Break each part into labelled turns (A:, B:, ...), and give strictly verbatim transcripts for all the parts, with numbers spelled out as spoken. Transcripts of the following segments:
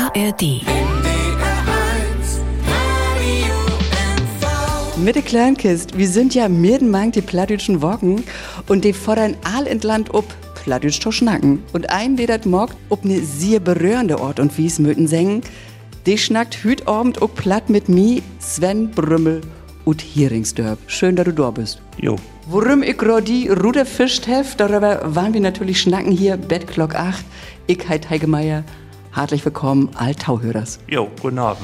A: A R D.
B: Mit der Kleinkist, wir sind ja mitten die plattdütschen Wochen und die fordern all in Land ob plattdütsch zu schnacken. Und ein, der dat mogt, ob ne sehr berührende Ort und Wies möten singen, die schnackt hüt abend auch platt mit mi, Sven Brümmel und Hieringsdörp. Schön, dass du da bist.
C: Jo.
B: Worum ich gerade die Ruder fischt hef, darüber waren wir natürlich schnacken hier, Bettglock acht. Ich heit Heike Meier. Herzlich willkommen, all Tauhörers.
C: Jo, guten Abend.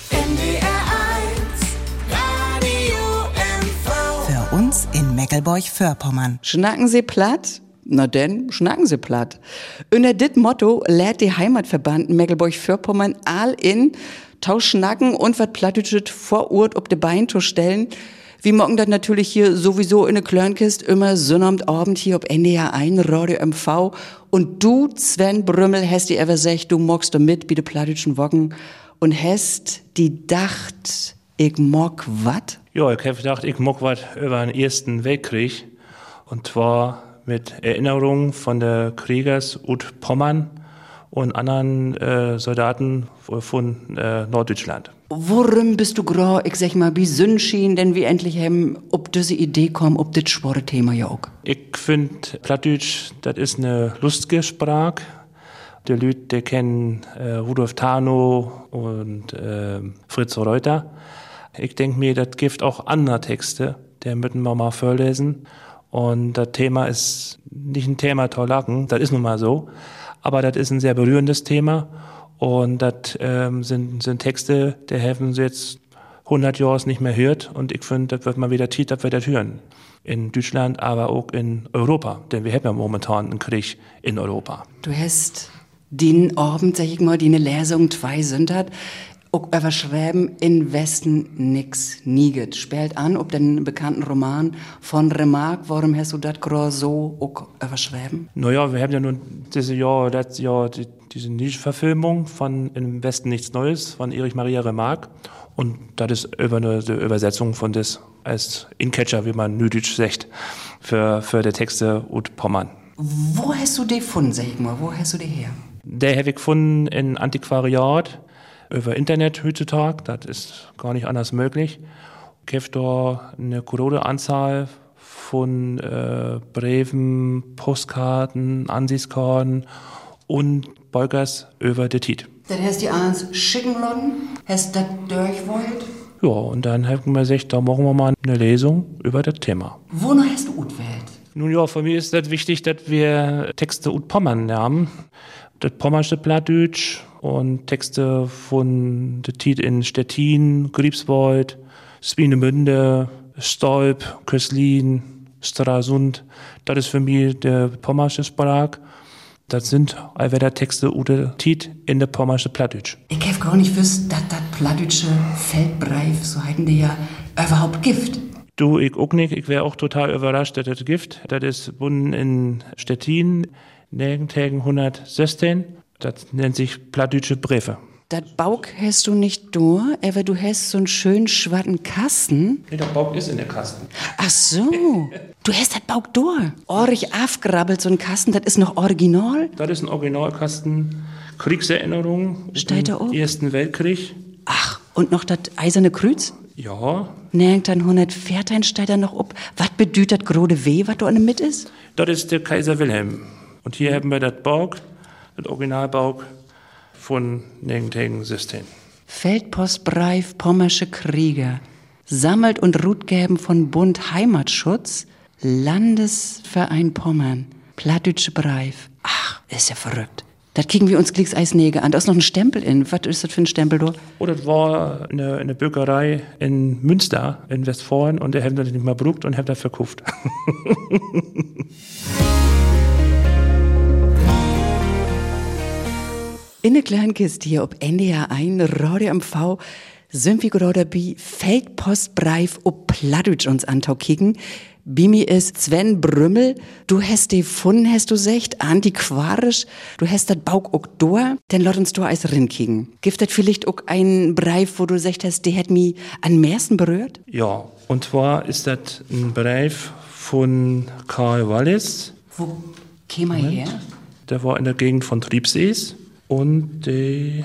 A: Für uns in Meckelburg-Vorpommern.
B: Schnacken Sie platt? Na denn, schnacken Sie platt. Unter dit Motto lädt die Heimatverband Meckelburg-Vorpommern all in Tausch schnacken und wat plattdütschet vor Ort ob de Bein zu stellen. Wir mocken das natürlich hier sowieso in der Kleinkist immer Sonnabend hier ob N D R eins, Radio M V. Und du, Sven Brümmel, hast die ever gesagt, du mockst da mit bei de plattdütschen Wochen und hast die dacht, ich mock wat?
C: Ja, ich hab gedacht, ich mock wat über den Ersten Weltkrieg. Und zwar mit Erinnerungen von der Kriegers ut Pommern und anderen äh, Soldaten von äh, Norddeutschland.
B: Worum bist du grau, ich sag mal, wie Sündschien, denn wir endlich haben, ob diese Idee kommen, ob das schwere Thema ja auch?
C: Ich find, Plattdeutsch, das ist eine lustige Sprache. Die Leute, die kennen äh, Rudolf Tarnow und äh, Fritz Reuter. Ich denke mir, das gibt auch andere Texte, die müssen wir mal vorlesen. Und das Thema ist nicht ein Thema Torlaken, das ist nun mal so. Aber das ist ein sehr berührendes Thema. Und das ähm, sind, sind Texte, die haben sie jetzt hundert Jahre nicht mehr hört. Und ich finde, das wird mal wieder Zeit, dass wir das hören. In Deutschland, aber auch in Europa. Denn wir haben ja momentan einen Krieg in Europa.
B: Du hast den Abend, sag ich mal, die eine Lesung zwei sind hat, auch überschreiben, in Westen nix nieget. Spielt an, ob den bekannten Roman von Remarque, warum hast du das gerade so auch überschreiben?
C: Naja, wir haben ja nun dieses Jahr, letztes Jahr, die, diese Nische-Verfilmung von Im Westen nichts Neues von Erich Maria Remarque. Und das ist über eine, eine Übersetzung von das als Incatcher, wie man Nüditsch sagt, für, für die Texte ut Pommern.
B: Wo hast du die gefunden, sag ich mal? Wo hast du die her?
C: Der habe ich gefunden in Antiquariat, über Internet heutzutage, das ist gar nicht anders möglich. Ich habe da eine große Anzahl von äh, Briefen, Postkarten, Ansichtskarten und Beugers über die Tit.
B: Das heißt, die eins schicken lassen, hast das durchwollt?
C: Ja, und dann habe ich mir gesagt, da machen wir mal eine Lesung über das Thema.
B: Wonach hast du utwählt?
C: Nun ja, für mich ist das wichtig, dass wir Texte ut Pommern haben. Das pommersche Plattdeutsch und Texte von der Tit in Stettin, Griebswald, Swinemünde, Stolp, Köslin, Stralsund. Das ist für mich der pommersche Sprache. Das sind allweder Texte oder Tit in der pommersche Plattdeutsch.
B: Ich hab gar nicht gewusst, dass das plattdeutsche Feldbreif, so heißen die ja, überhaupt Gift.
C: Du, ich auch nicht. Ich wäre auch total überrascht, dass das Gift. Das ist bunden in Stettin, Negentegen hundertsechzehn. Das nennt sich plattdeutsche Briefe.
B: Das Bauk hast du nicht durch, aber du hast so einen schönen schwarzen Kasten.
C: Nee, der Bauk ist in der Kasten.
B: Ach so, du hast das Bauk durch. Orig aufgerabbelt, so ein Kasten, das ist noch original?
C: Das ist ein Originalkasten, Kriegserinnerung
B: Steht da
C: im
B: oben?
C: Ersten Weltkrieg.
B: Ach, und noch das eiserne Kreuz?
C: Ja,
B: Nennt dann hundertvierzehn steht da noch ob. Was bedeutet das grode Weh, was da in der Mitte ist?
C: das ist der Kaiser Wilhelm. Und hier haben wir das Bauk, das Originalbauk von Negentegen-System.
B: Feldpostbreif Pommersche Krieger. Sammelt und Rutgäben von Bund Heimatschutz. Landesverein Pommern. Plattdeutsche Breif. Ach, ist ja verrückt. Das kriegen wir uns glicks Eisnäge an. Da ist noch ein Stempel in. Was ist das für ein Stempel da?
C: Oh, das war eine, eine Bäckerei in Münster, in Westfalen. Und der hat das nicht mal brucht und hat das verkauft.
B: In der kleinen Kiste hier ob N D R eins, Radio M V, sind wir gerade bei Feldpostbreif ob Plattdeutsch uns antaukicken. Bei mir ist Sven Brümmel. Du hast die gefunden, hast du gesagt, antiquarisch. Du hast das Bauk auch da, dann lass uns da eins rinkicken. Gibt das vielleicht auch einen Breif, wo du gesagt hast, der hat mich am meisten berührt?
C: Ja, und zwar ist das ein Brief von Karl Wallis.
B: Wo käme er her?
C: Der war in der Gegend von Triebsees und der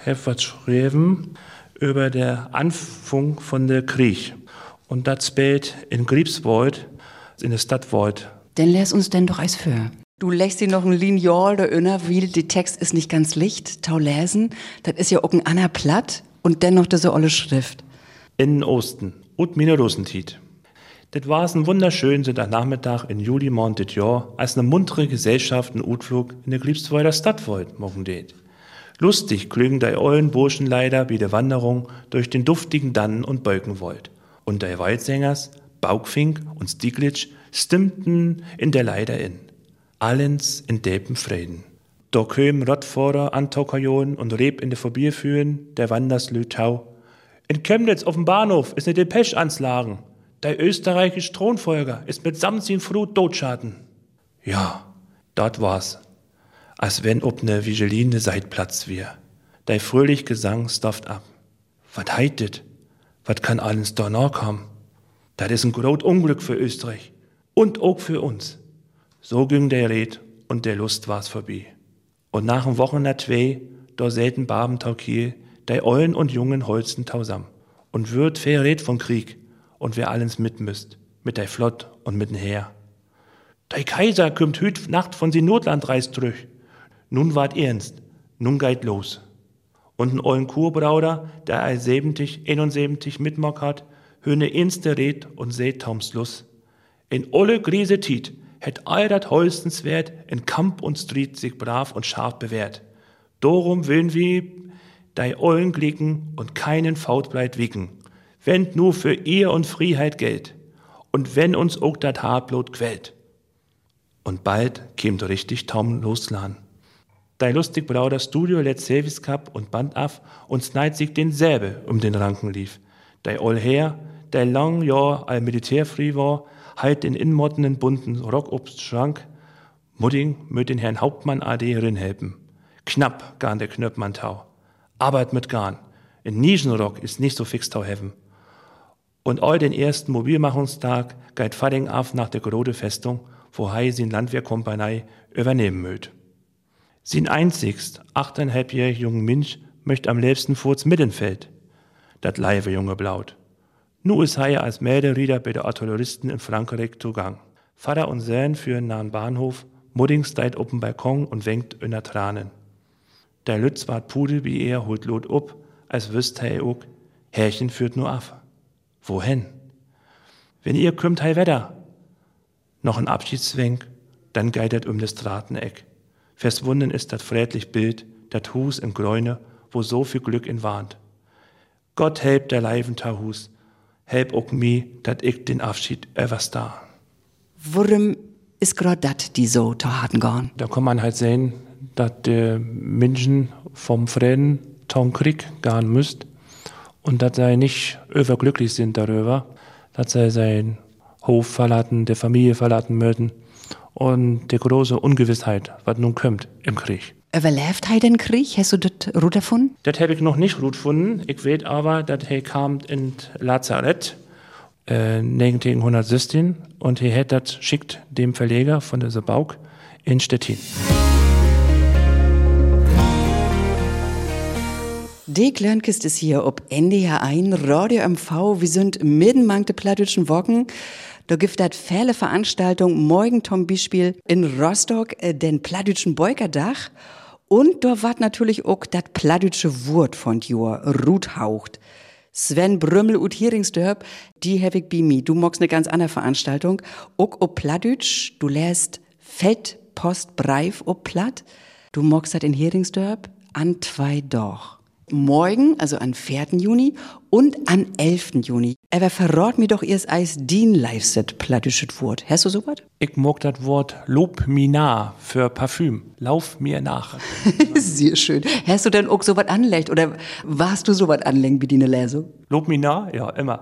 C: habe was geschrieben über den Anfang von der Krieg. Und das spielt in Griebswald, in der Stadt Wald.
B: Dann lässt uns denn doch eins für. Du lässt dir noch ein Lineal da inner, wie der Text ist nicht ganz licht, tau lesen. Das ist ja auch ein Anna Platt und dennoch diese olle Schrift.
C: In Osten, und meine Rosentiet. Das war ein wunderschönen Sonntagnachmittag in Juli Monat Jahr, als eine muntere Gesellschaft einen Utflug in der Griebswalder Stadt wollt, machen det. Lustig klügen die ollen Burschen leider wie der Wanderung durch den duftigen Dannen und Beukenwald. Und die Waldsängers, Baukfink und Stieglitsch, stimmten in der Leider in. Allens in depen Frieden. Da kömen Rottvorer an Tokajon und Reb in de Vorbierführen, der Wanderslütau. In Chemnitz auf dem Bahnhof ist ne Depeche anslagen. Der österreichische Thronfolger ist mit Samsin Frut Dotschaden. Ja, dort war's. Als wenn ob ne Vigeline Seitplatz wär. Der fröhlich Gesang stofft ab. Wat heitet? Wat kann alles da nachkommen? Das ist ein groß Unglück für Österreich. Und auch für uns. So ging der Red und der Lust war's vorbei. Und nach em Wochenende zwei, da säten Babentau Kiel, der Ollen und Jungen holzen tausam. Und wird verrät von Krieg und wer allens mit müsst, mit der Flott und mit'n Heer. Der Kaiser kümmt hüt Nacht von sin Notland reist zurück. Nun wart ernst, nun geit los. Und n ollen Kurbrauder, der all siebzig, einundsiebzig mitmock hat, höne inste Red und seht taums Lust. In olle Grise Tiet hätt all dat Holstenswert in Kamp und Street sich brav und scharf bewährt. Dorum willen wir dei ollen glicken und keinen Fautbleit wicken, wenn nur für ihr und Freiheit Geld und wenn uns auch dat Haarblut quält. Und bald kämt richtig Tom loslan. Dei lustig Brauder Studio let Service Cup und Band af und sneit sich denselbe um den Ranken lief. Dei oll Herr, der lang Jahr all militärfrei war, halt den inmottenen bunten Rock obst Schrank, Mudding möt den Herrn Hauptmann A D rinhelpen. Knapp garn der Knöpfmann tau. Arbeit mit garn. In Nischenrock ist nicht so fix tau heaven. Und all den ersten Mobilmachungstag geit Fadding af nach der Grode Festung, wo hei sin Landwehrkompanie übernehmen möt. Sin einzigst, achteinhalbjährig jungen Minch möcht am liebsten furz Mittenfeld. Dat leive junge Blaut. Nu is hei als Melderieder bei der Artilleristen in Frankreich zugang. Vater und Sohn führen nahen Bahnhof, Mudding steit op'n Balkon und wenkt in der Tranen. Der Lütz wart Pudel wie er holt Lot up, als wüsst hei ook, Herrchen führt nur af. Wohin? Wenn ihr kümmt hei Wetter. Noch ein Abschiedswenk, dann geitert um das Strateneck. Verschwunden ist dat frätlich Bild, dat Hus im Gräune, wo so viel Glück in warnt. Gott help der Leiventer Hus, help ook mi, dat ich den Abschied evers da.
B: Worum ist grad dat, die so ta hatten gorn?
C: Da kann man halt sehen, dass die Menschen vom Frieden zum Krieg gehen müsst und dass sie nicht überglücklich sind darüber, dass sie seinen Hof verlassen, die Familie verlassen möchten und die große Ungewissheit, was nun kommt im Krieg.
B: Überlebt hei den Krieg? Hast du das Rut erfunden?
C: Das habe ich noch nicht gut gefunden. Ich weiß aber, dass er kam in Lazarett äh, neunzehnhundertsechzehn und er hat das schickt dem Verleger von der Bauk in Stettin.
B: Die Klörnkist ist hier ob N D H eins, Radio M V. Wir sind mitten mang de plattdeutschen Wochen. Da gibt es viele Veranstaltungen. Morgen zum Beispiel in Rostock äh, den plattdeutschen Beukerdach. Und da war natürlich auch das plattdeutsche Wort von Jor, Ruthaucht. Sven Brümmel und Heringsdörp, die hab ich bei mir. Du magst eine ganz andere Veranstaltung. Auch ob Plattdeutsch, du lässt Fett, Post, Breif ob Platt. Du magst das in Heringsdörp an zwei Doch. Morgen, also am vierten Juni und am elften Juni. Aber verrat mir doch erst als Dien Live-Set plattdeutsches Wort. Hast du sowas?
C: Ich mag das Wort Lob mir nah für Parfüm. Lauf mir nach.
B: Sehr schön. Hast du denn auch sowas anlegt oder warst du sowas anlegen wie die Lesung?
C: Lob mir nah? Ja, immer.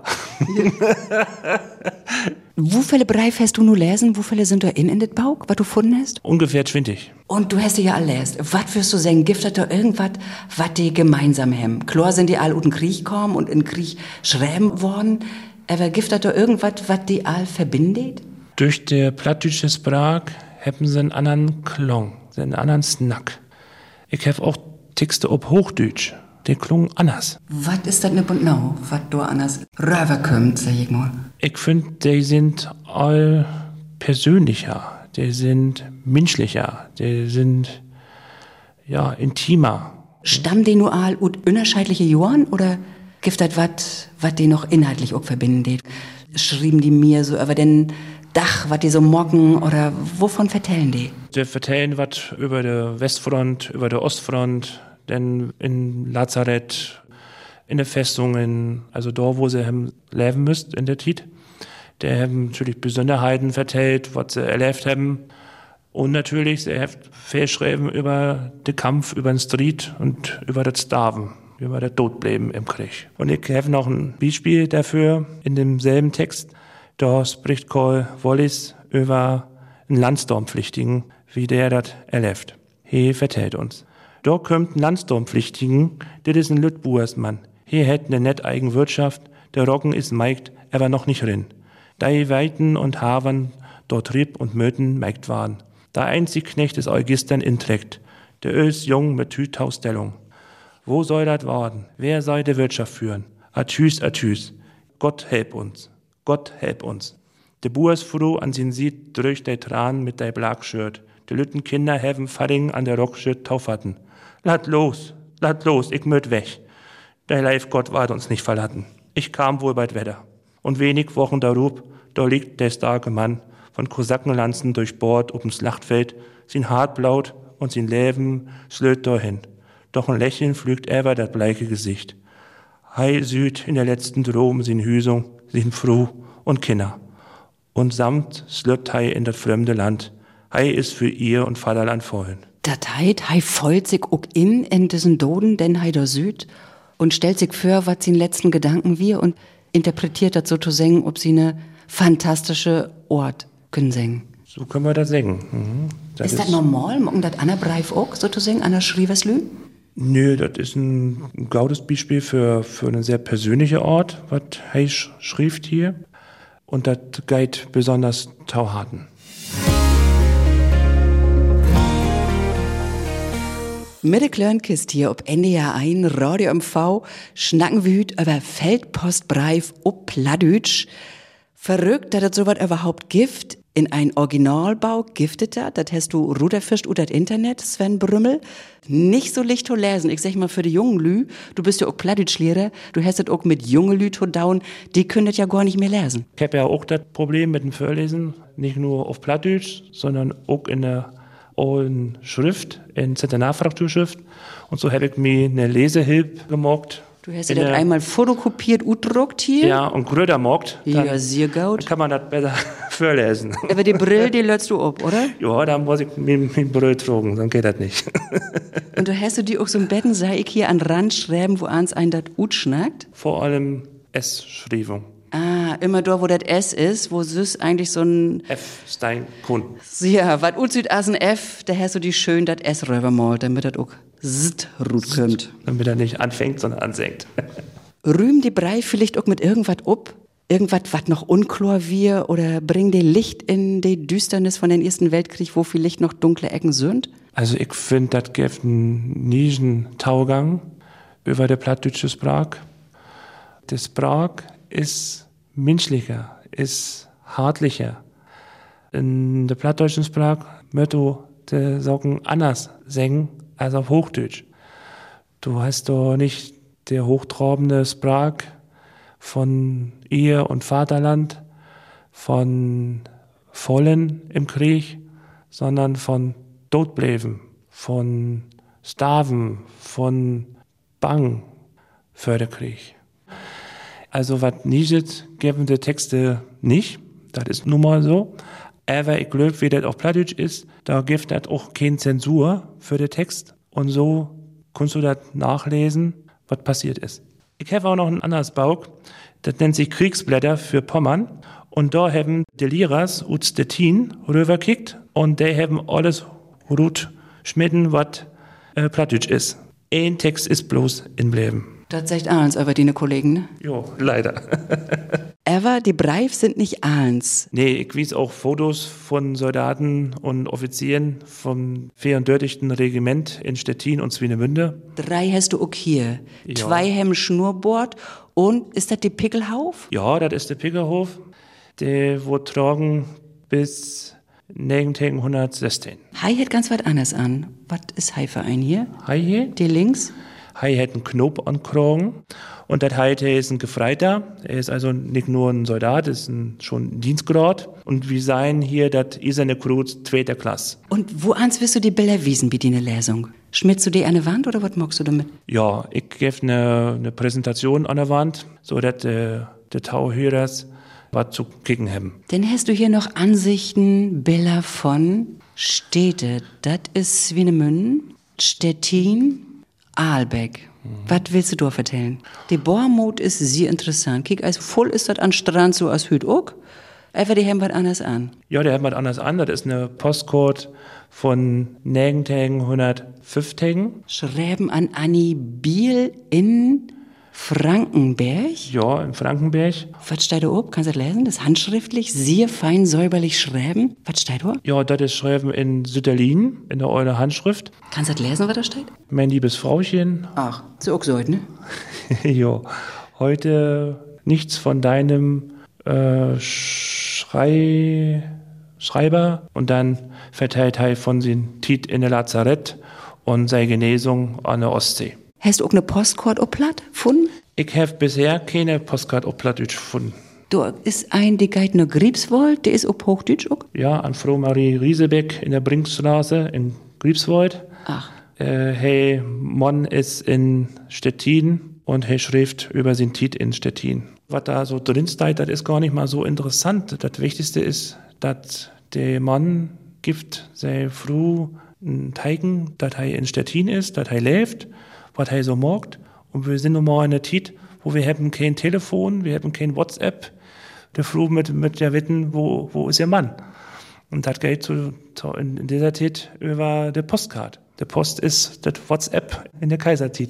B: Wie viele Breif hast du nur lesen? Wie viele sind da in in das Bauch, was du gefunden hast?
C: Ungefähr zwanzig.
B: Und du hast die ja alle lesen. Was wirst du sagen? Gibt es da irgendwas, was die gemeinsam haben? Klar sind die all ut in Krieg kommen und in Krieg schreiben worden. Aber gibt es da irgendwas, was die all verbindet?
C: Durch der plattdeutsche Sprach haben sie einen anderen Klong, einen anderen Snack. Ich habe auch Texte auf Hochdeutsch. der klung anders.
B: Was ist das ne genau, was da anders rüberkommt, sag ich mal?
C: Ich finde, die sind all persönlicher, die sind menschlicher, die sind, ja, intimer.
B: Stammen die nur all ut unterschiedliche Johann oder gibt das was, was die noch inhaltlich auch verbinden? Schrieben die mir so über den Dach, was die so mocken oder wovon vertellen die?
C: Die vertellen was über die Westfront, über die Ostfront, denn in Lazarett, in den Festungen, also da, wo sie haben leben müsst in der Zeit. Die haben natürlich Besonderheiten vertellt, was sie erlebt haben. Und natürlich, sie haben viel geschrieben über den Kampf, über den Street und über das Starven, über das Todbleiben im Krieg. Und ich habe noch ein Beispiel dafür in demselben Text. Da spricht Karl Wallis über einen Landsturmpflichtigen, wie der das erlebt. He vertellt uns. Da kommt ein Landsturmpflichtigen, das ist ein Lütbuersmann. He hätt ne net eigen Wirtschaft, der Roggen is meigt, aber noch nicht rin. Da je Weiten und Havern, dort Rieb und Möten meigt waren. Da einzig Knecht is Eugistern inträgt, der Ös jung mit Tütaustellung. Wo soll dat worden? Wer soll de Wirtschaft führen? Atüs, atüs. Gott help uns. Gott help uns. De Buers froh an sin Sied durch de Tran mit de Blagschürt. De lütten Kinder haben Fadding an der Rockschürt taufatten. Lat los, lat los, ich möt weg. Der Leif Gott ward uns nicht verlassen. Ich kam wohl bald Wetter. Und wenig Wochen darub, da liegt der starke Mann, von Kosakenlanzen durchbohrt ob'n Schlachtfeld, sin Hart blaut und sin Leben slöt dahin. Doch ein Lächeln flügt er das bleike Gesicht. Hei süd in der letzten Drom sin Hüsung, sin Froh und Kinder. Und samt slöpt hei in das fremde Land. Hei ist für ihr und Vaterland vollen.
B: Dat heit, hei folgt sich auch in, in diesen Doden, denn hei da süd, und stellt sich vor, was sin letzten Gedanken wir und interpretiert das so zu singen, ob sie ne fantastische Ort können singen.
C: So können wir das singen. Mhm. Das
B: ist das normal? Mogen das Anna Breif auch, so zu singen, Anna Schrieverslü?
C: Nö, das ist ein gaudes Beispiel für, für einen sehr persönlichen Ort, was hei schrieft hier. Und das geht besonders Tauharten.
B: Mit der kleinen Kiste hier ob N D R eins, Radio M V, schnacken wir hüt über Feldpostbreif ob Plattdütsch. Verrückt, dass das sowas überhaupt gibt. In ein Originalbau giftet das. Das hast du Ruderfischt oder das Internet, Sven Brümmel. Nicht so leicht zu lesen. Ich sag mal für die jungen Lü, du bist ja auch Plattdütschlehrer, du hast das auch mit jungen Lü zu down, die können das ja gar nicht mehr lesen.
C: Ich habe ja auch das Problem mit dem Vorlesen, nicht nur auf Plattdütsch, sondern auch in der alten Schrift, in Zentralfrakturschrift. Und so habe ich mir eine Lesehilfe gemacht.
B: Du hast dir das einmal fotokopiert, udruckt hier?
C: Ja, und gröder mogt.
B: Ja, sehr gut.
C: Dann kann man das besser vorlesen.
B: Aber die Brille, die löst du ab, oder?
C: Ja, da muss ich mit dem Brille tragen, dann geht das nicht.
B: Und du hast du die auch so ein Betten, sei ich hier an Rand schreiben, wo ans ein das ut schnackt?
C: Vor allem S-Schriebung.
B: Ah, immer da, wo das S ist, wo süß eigentlich so ein...
C: F, Stein, Kun.
B: Ja, wat ut süd as ein F, da hast du die schön das S rübermalt, damit das auch zzt rut kommt.
C: Damit er nicht anfängt, sondern ansenkt.
B: Rühm die Brei vielleicht auch mit irgendwas ob? Irgendwas, was noch unklar wir oder bring die Licht in die Düsternis von den Ersten Weltkrieg, wo vielleicht noch dunkle Ecken sind?
C: Also ich finde, das gibt einen niesen Taugang über der plattdeutsche Sprache. Die Sprache ist menschlicher, ist hartlicher. In der plattdeutschen Sprache möchte die Socken anders singen als auf Hochdeutsch. Du hast doch nicht der hochtrabende Sprache von Ehe und Vaterland, von Vollen im Krieg, sondern von Todbleiben, von Starven, von Bang für den Krieg. Also was nicht geben die Texte nicht, das ist nun mal so. Aber ich glaube, wie das auf Plattdeutsch ist, da gibt es auch keine Zensur für den Text. Und so kannst du das nachlesen, was passiert ist. Ich habe auch noch ein anderes Buch, das nennt sich Kriegsblätter für Pommern. Und da haben die Lehrers aus Stettin rübergekickt und die haben alles gut schmitten, was äh, Plattdeutsch ist. Ein Text ist bloß in Bleiben.
B: Das sagt Ahlens über deine Kollegen, ne?
C: Jo, leider.
B: Aber die Breif sind nicht Ahlens.
C: Nee, ich wies auch Fotos von Soldaten und Offizieren vom vierunddreißigsten Regiment in Stettin und Swinemünde.
B: Drei hast du auch hier.
C: Ja.
B: Zwei haben Schnurrbord. Und ist das die Pickelhauf?
C: Ja, das ist der Pickelhof. Der wurde tragen bis neunzehnhundertsechzehn.
B: Hai hat ganz was anderes an. Was ist Hai für ein hier?
C: Hai hier?
B: Die links?
C: Hai hat einen Knob an Kragen. Und das Hai, der ist ein Gefreiter. Er ist also nicht nur ein Soldat, ist ein, schon ein Dienstgrad. Und wir seien hier das Iserne Kreuz zweiter Klasse.
B: Und wo ans wirst du die Bilder wiesen bei deiner Lesung? Schmierst du die an der Wand oder was magst du damit?
C: Ja, ich gebe eine, eine Präsentation an der Wand, so dass äh, die Tauhörers was zu kicken haben.
B: Dann hast du hier noch Ansichten, Bilder von Städte. Das ist Swinemünden, Stettin, Aalbeck. Mhm. Was willst du da erzählen? Die Bohrmut ist sehr interessant. Kiek, also voll ist das an Strand so als Hüt auch. Einfach die haben was anderes an.
C: Ja, die haben was anderes an. Das ist eine Postcode von neunzehnhundertfünfzehn.
B: Schreiben an Annie Biel in Frankenberg?
C: Ja, in Frankenberg.
B: Was steht da oben? Kannst du das lesen? Das ist handschriftlich, sehr fein säuberlich schreiben. Was steht da?
C: Ja, das ist Schreiben in Sütterlin, in der eurer Handschrift.
B: Kannst du das lesen, was da steht?
C: Mein liebes Frauchen.
B: Ach, so auch so, ne?
C: Ja, heute nichts von deinem äh, Schrei, Schreiber. Und dann verteilt er von sin Tit in der Lazarett und seine Genesung an der Ostsee.
B: Hast du auch eine Postkarte auf Platt gefunden?
C: Ich habe bisher keine Postkarte auf Plattdeutsch gefunden.
B: Da ist ein, der geht nach Griebswald, der ist auf Hochdeutsch auch?
C: Ja, an Frau Marie Riesebeck in der Brinkstraße in Griebswald.
B: Ach.
C: Äh, hey, Mann ist in Stettin und hey schrift über sin Tit in Stettin. Was da so drin steht, das ist gar nicht mal so interessant. Das Wichtigste ist, dass der Mann gibt sehr früh ein Teigen, dass er in Stettin ist, dass er lebt, was er so mag. Und wir sind nun mal in der Zeit, wo wir haben kein Telefon, wir haben kein WhatsApp. Der früh mit, mit der Witten, wo, wo ist ihr Mann? Und das geht zu, zu, in dieser Zeit über der Postkarte. Der Post ist das WhatsApp in der Kaiserzeit.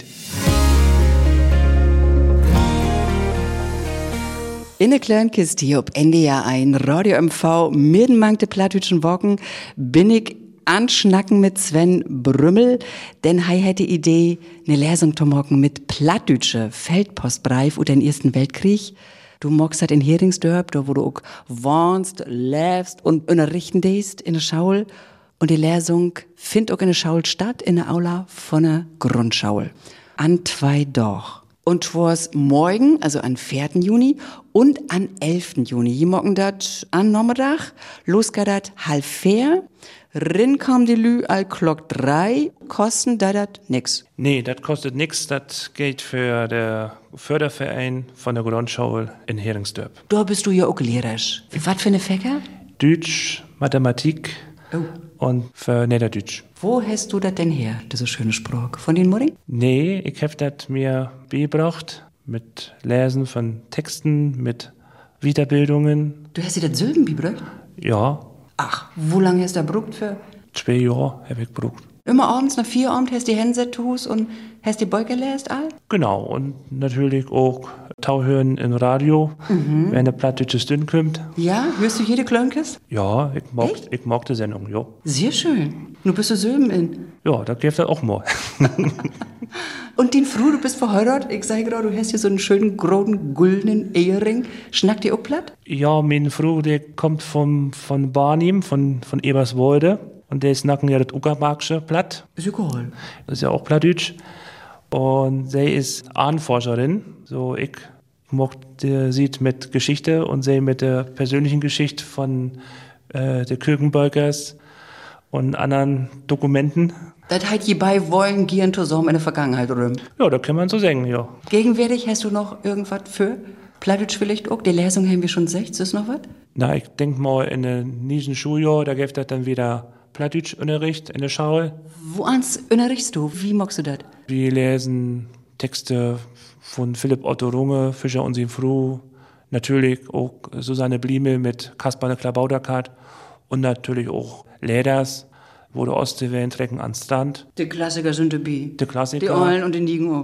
B: In der kleinen Kiste hier ob N D R eins, Radio M V, Mirdenmank de Plattdütschen Wochen, bin ich anschnacken mit Sven Brümmel, denn hei hätte Idee, ne Lesung zu machen mit Plattdütsche Feldpostbrief oder den Ersten Weltkrieg. Du magst das in Heringsdörp, da wo du auch wohnst, lebst und unterrichten dest in der Schaul. Und die Lesung findet auch in der Schaul statt, in der Aula von der Grundschaul. An zwei Doch. Und twas morgen, also an vierten Juni und an elften Juni. Hier morgen dat an Nachmittag, los geht dat halb vier. Rin kam die Lü all Glock drei, kosten da dat nix.
C: Nee, das kostet nix, das geht für der Förderverein von der Grundschule in Heringsdörp.
B: Da bist du ja auch lehrerisch. Was für ne Fächer?
C: Deutsch, Mathematik
B: Oh.
C: und für Niederdeutsch.
B: Wo hast du das denn her, diese schöne Sprache? Von den Mudding?
C: Nee, ich hab das mir beigebracht mit Lesen von Texten, mit Weiterbildungen.
B: Du hast dir das Silben beigebracht?
C: Ja,
B: Ach, wo lange hast du da brucht für?
C: zwei Jahre hab ich gebraucht.
B: Immer abends nach vier Abend hast du die Hände tus und hast die Beuge gelesen all?
C: Genau, und natürlich auch Tauhören im Radio, mhm. wenn der plattdeutsche Stünd kommt.
B: Ja, hörst du jede Klönkes?
C: Ja, ich mag,
B: Echt?
C: ich mag die Sendung, ja.
B: Sehr schön. Nu bist du Silben in.
C: Ja, da gibt es auch mal.
B: Und den Fru, du bist verheiratet. Ich sage gerade, du hast hier so einen schönen, großen, goldenen Ehering. Schnackt ihr auch platt?
C: Ja, mein Frau, der kommt vom, von Barnim, von, von Eberswalde. Und der ist nacken ja das Uckermarksche platt.
B: Ist egal.
C: Das ist ja auch plattdeutsch. Und sie ist Ahnenforscherin. So, ich mag die, sieht mit Geschichte und sie mit der persönlichen Geschichte von äh, der Kirchenbeugers und anderen Dokumenten.
B: Das halt hierbei wollen gehen zusammen in der Vergangenheit, oder?
C: Ja, da kann man so sagen, ja.
B: Gegenwärtig hast du noch irgendwas für? Plattdeutsch vielleicht auch? Die Lesung haben wir schon sechs. Ist noch was?
C: Na, ich denk mal, in den nächsten Schuljahr, da gibt es dann wieder Plattdeutschunterricht in der Schule.
B: Wo ans unterrichtst du? Wie magst du das?
C: Wir lesen Texte von Philipp Otto Runge, Fischer und sein Früh, natürlich auch Susanne Blieme mit Kasper der Klabauterkat und natürlich auch Läders, wo der Ostseewellen trecken ans Strand.
B: Die Klassiker sind dabei.
C: Die Klassiker.
B: Die Eulen und die Nigen auch.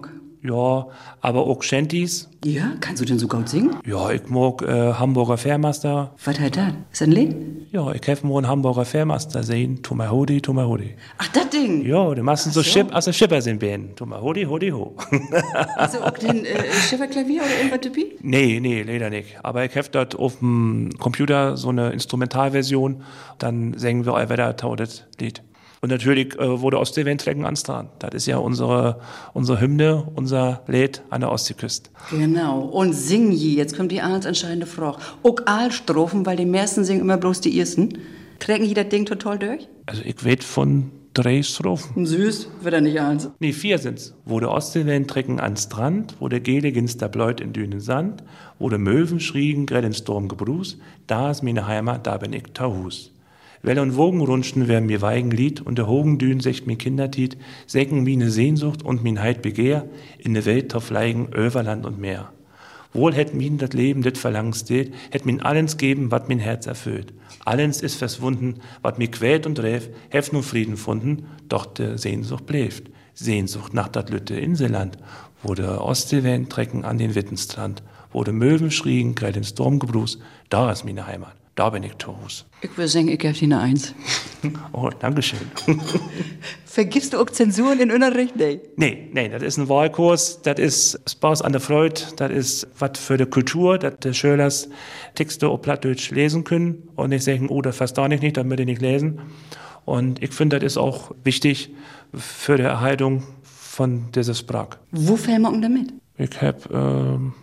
C: Ja, aber auch Shanties.
B: Ja, kannst du denn so gut singen?
C: Ja, ich mag äh, Hamburger Fährmaster.
B: Was hat das? Ist das ein Lied?
C: Ja, ich habe mal einen Hamburger Fährmaster sehen. Tuma Hodi, Tuma Hodi.
B: Ach, das Ding?
C: Ja, die machen so,
B: so.
C: Schip, also Schipper sind Bären. Tuma Hodi, Hodi, Ho.
B: Also auch den äh, Schifferklavier oder irgendwas dabei?
C: Nee, nee, leider nicht. Aber ich habe dort auf dem Computer so eine Instrumentalversion. Dann singen wir wieder das Lied. Und natürlich äh, wurde Ostseewind trecken ans Strand. Das ist ja unsere, unsere Hymne, unser Lied an der Ostseeküste.
B: Genau. Und sing je. Jetzt kommt die alles entscheidende Frage. Auch Aalstrophen, weil die meisten singen immer bloß die ersten. Kriegen die das Ding total durch?
C: Also ich weiß von drei Strophen.
B: Süß, wird er nicht eins.
C: Nee, vier sind's. Wo der Ostseewind trecken ans Strand, wo der Gele ginster bläut in dünen Sand, wo der Möwen schrien, grell in Sturm gebrus, da ist meine Heimat, da bin ich Tauhus. Welle und Wogen runschen wer mir Weigenlied und der Hogen Dün secht mir Kindertiet, säcken mine Sehnsucht und min Heid Begehr in de Welt drauf leigen, über Land und Meer. Wohl hätt min dat Leben dit Verlangen steht, hätt min allens geben, wat min Herz erfüllt. Allens ist verswunden, wat mir quält und räf, heft nur Frieden funden, doch de Sehnsucht bläft. Sehnsucht nach dat Lütte Inselland, wo der Ostseewind trecken an den Wittenstrand, wo de Möwen schrien, grell in Sturmgebrus, da ist mine Heimat. Da bin ich Tohus.
B: Ich will sagen, ich gebe dir eine Eins.
C: Oh, dankeschön.
B: Vergibst du auch Zensuren in Unterricht? Nee.
C: Nee, nee, das ist ein Wahlkurs, das ist Spaß an der Freude, das ist was für die Kultur, dass die Schüler Texte auf Plattdeutsch lesen können und nicht sagen, oh, das verstehe ich nicht, damit ich nicht lesen. Und ich finde, das ist auch wichtig für die Erhaltung von dieser Sprache.
B: Wo fällt man damit?
C: Ich habe äh,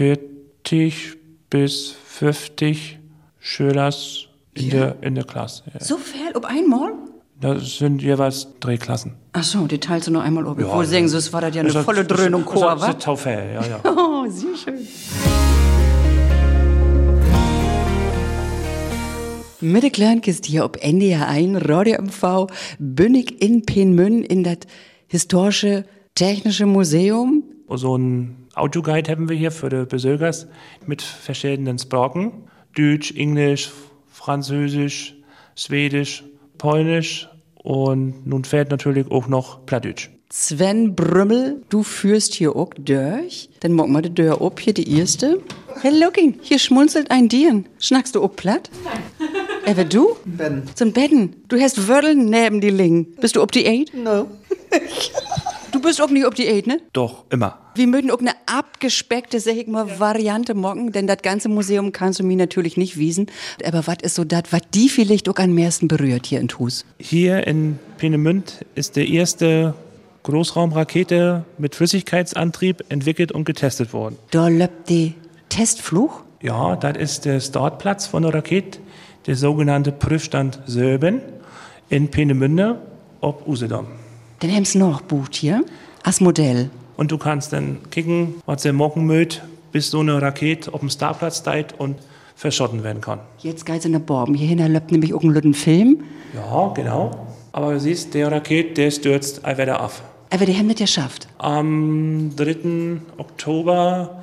C: vierzig bis fünfzig Schüler in, ja. der, in der Klasse. Ja.
B: So viel auf einmal?
C: Das sind jeweils drei Klassen.
B: Ach so, die teilst du noch einmal auf.
C: Ja,
B: Obwohl, sagen Sie, es war das ja eine
C: das
B: volle Dröhnung Chor,
C: wa?
B: was?
C: Das ist ja, ja.
B: Oh, sehr schön. Mit der Kleinkiste hier ob N D R eins, Radio M V, bin ich in Peenmünn in das historische Technische Museum.
C: So ein Audioguide haben wir hier für die Besucher mit verschiedenen Sprachen. Deutsch, Englisch, Französisch, Schwedisch, Polnisch und nun fährt natürlich auch noch Plattdeutsch.
B: Sven Brümmel, du führst hier auch durch. Dann machen wir die Tür ab, hier die erste. Hey, looking, hier schmunzelt ein Dieren. Schnackst du auch platt? Nein. Äh, wer du?
D: Ben.
B: Zum Betten. Du hast Wörteln neben die Ling. Bist du ob die Eight?
D: No.
B: Du bist auch nicht ob die Eight, ne?
C: Doch, immer.
B: Wir möchten auch eine abgespeckte, sag ich mal, ja. Variante morgen, denn das ganze Museum kannst du mir natürlich nicht wiesen. Aber was ist so das, was die vielleicht auch am meisten berührt hier in Thus?
C: Hier in Peenemünde ist der erste Großraumrakete mit Flüssigkeitsantrieb entwickelt und getestet worden.
B: Da läuft die Testflug?
C: Ja, das ist der Startplatz von der Rakete, der sogenannte Prüfstand Söben in Peenemünde ob Usedom.
B: Den haben sie noch bucht hier, als Modell.
C: Und du kannst dann kicken, was der morgen mögt, bis so eine Rakete auf dem Startplatz steht und verschotten werden kann.
B: Jetzt geht's in der Borben. Hierhin läuft nämlich auch ein lütten Film.
C: Ja, genau. Aber du siehst, der Rakete, der stürzt wieder ab.
B: Aber die haben das geschafft.
C: Am dritten Oktober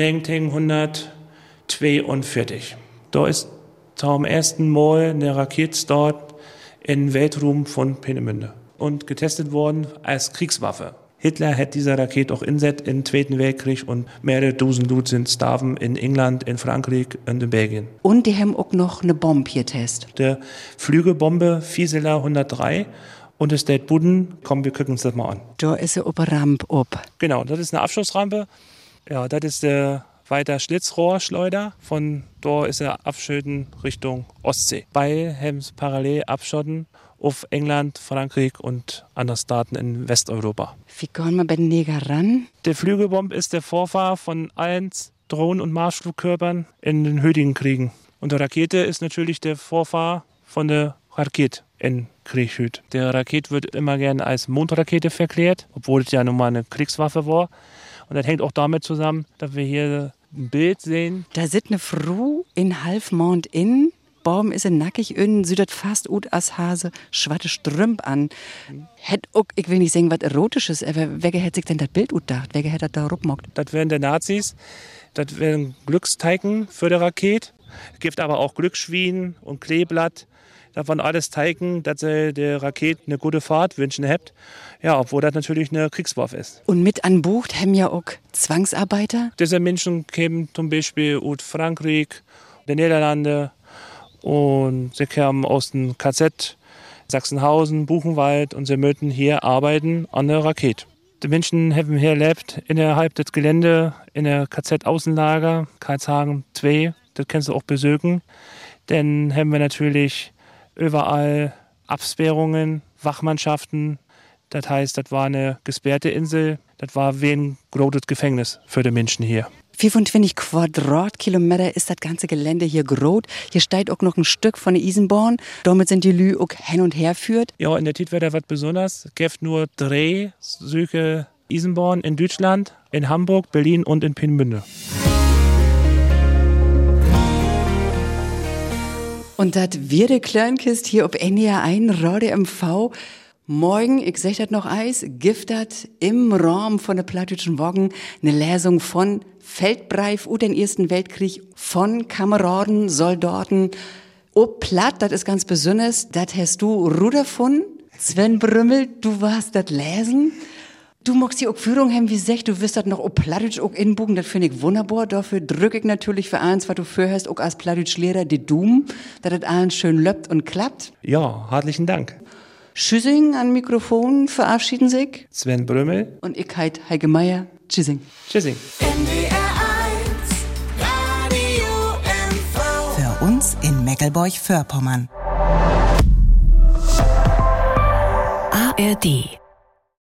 C: neunzehnhundertzweiundvierzig. Da ist zum ersten Mal eine Raketstart in Weltraum von Peenemünde und getestet worden als Kriegswaffe. Hitler hat diese Rakete auch inset im Zweiten Weltkrieg und mehrere Dutzend Leute sind starben in England, in Frankreich und in Belgien.
B: Und die haben auch noch eine Bombe hier getestet.
C: Der Flügelbombe Fieseler hundertdrei und das State Budden, komm, wir gucken uns das mal an.
B: Da ist eine Rampe ob.
C: Genau, das ist eine Abschussrampe. Ja, das ist der weiter Schlitzrohrschleuder. Von da ist er abschütten Richtung Ostsee. Bei Hems parallel abschotten auf England, Frankreich und andere Staaten in Westeuropa.
B: Wie kommen wir bei den Neger ran?
C: Der Flügelbomb ist der Vorfahr von allen Drohnen- und Marschflugkörpern in den heutigen Kriegen. Und die Rakete ist natürlich der Vorfahr von der Rakete in Krieg. Der Rakete wird immer gerne als Mondrakete verklärt, obwohl es ja nun mal eine Kriegswaffe war. Und das hängt auch damit zusammen, dass wir hier ein Bild sehen.
B: Da sitzt eine Frau in Halfmond in. Borben ist in nackig in, südet fast ut as Hase, schwatte Strümp an. Hätt auch, ich will nicht sagen, was Erotisches, aber wer hätte sich denn das Bild ut gedacht? Wer hätte das da ruppmockt?
C: Das wären der Nazis. Das wären Glücksteigen für die Rakete. Es gibt aber auch Glücksschwien und Kleeblatt. Das waren alles Zeichen, dass sie der Rakete eine gute Fahrt wünschen habt. Ja, obwohl das natürlich eine Kriegswaffe ist.
B: Und mit an Bord haben ja auch Zwangsarbeiter?
C: Diese Menschen kämen zum Beispiel aus Frankreich, den Niederlande und sie kamen aus dem K Z Sachsenhausen, Buchenwald und sie möchten hier arbeiten an der Rakete. Die Menschen haben hier gelebt innerhalb des Gelände in der K Z-Außenlager, Karlshagen zwei, das kannst du auch besögen. Dann haben wir natürlich überall Absperrungen, Wachmannschaften. Das heißt, das war eine gesperrte Insel. Das war wie ein großes Gefängnis für die Menschen hier.
B: fünfundzwanzig Quadratkilometer ist das ganze Gelände hier groß. Hier steht auch noch ein Stück von der Isenborn. Damit sind die Lü auch hin und her führt.
C: Ja, in der Tit wird was Besonderes. Es gibt nur drei solche Isenborn in Deutschland, in Hamburg, Berlin und in Peenemünde.
B: Und das wird der Kleinkist hier auf N D R eins, Radio M V. Morgen, ich sag das noch eins, gibt das im Raum von der Plattdeutschen Wochen eine Lesung von Feldbreif und den Ersten Weltkrieg von Kameraden, Soldaten. Oh, Platt, das ist ganz besonders, das hast du Ruder von Sven Brümmel, du warst das lesen. Du magst die auch Führung haben, wie gesagt, du wirst das noch auch Plattdeutsch auch inbuchen, das finde ich wunderbar. Dafür drücke ich natürlich für eins, was du vorhörst, auch als Plattdeutsch-Lehrer, die Doom, dass das allen schön löppt und klappt.
C: Ja, herzlichen Dank.
B: Tschüssing an Mikrofon verabschieden sich
C: Sven Brümmel
B: und ich heit Heike Meier. Tschüssing.
C: Tschüssing.
D: N D R eins Radio M V.
A: Für uns in Meckelburg-Vorpommern.
E: A R D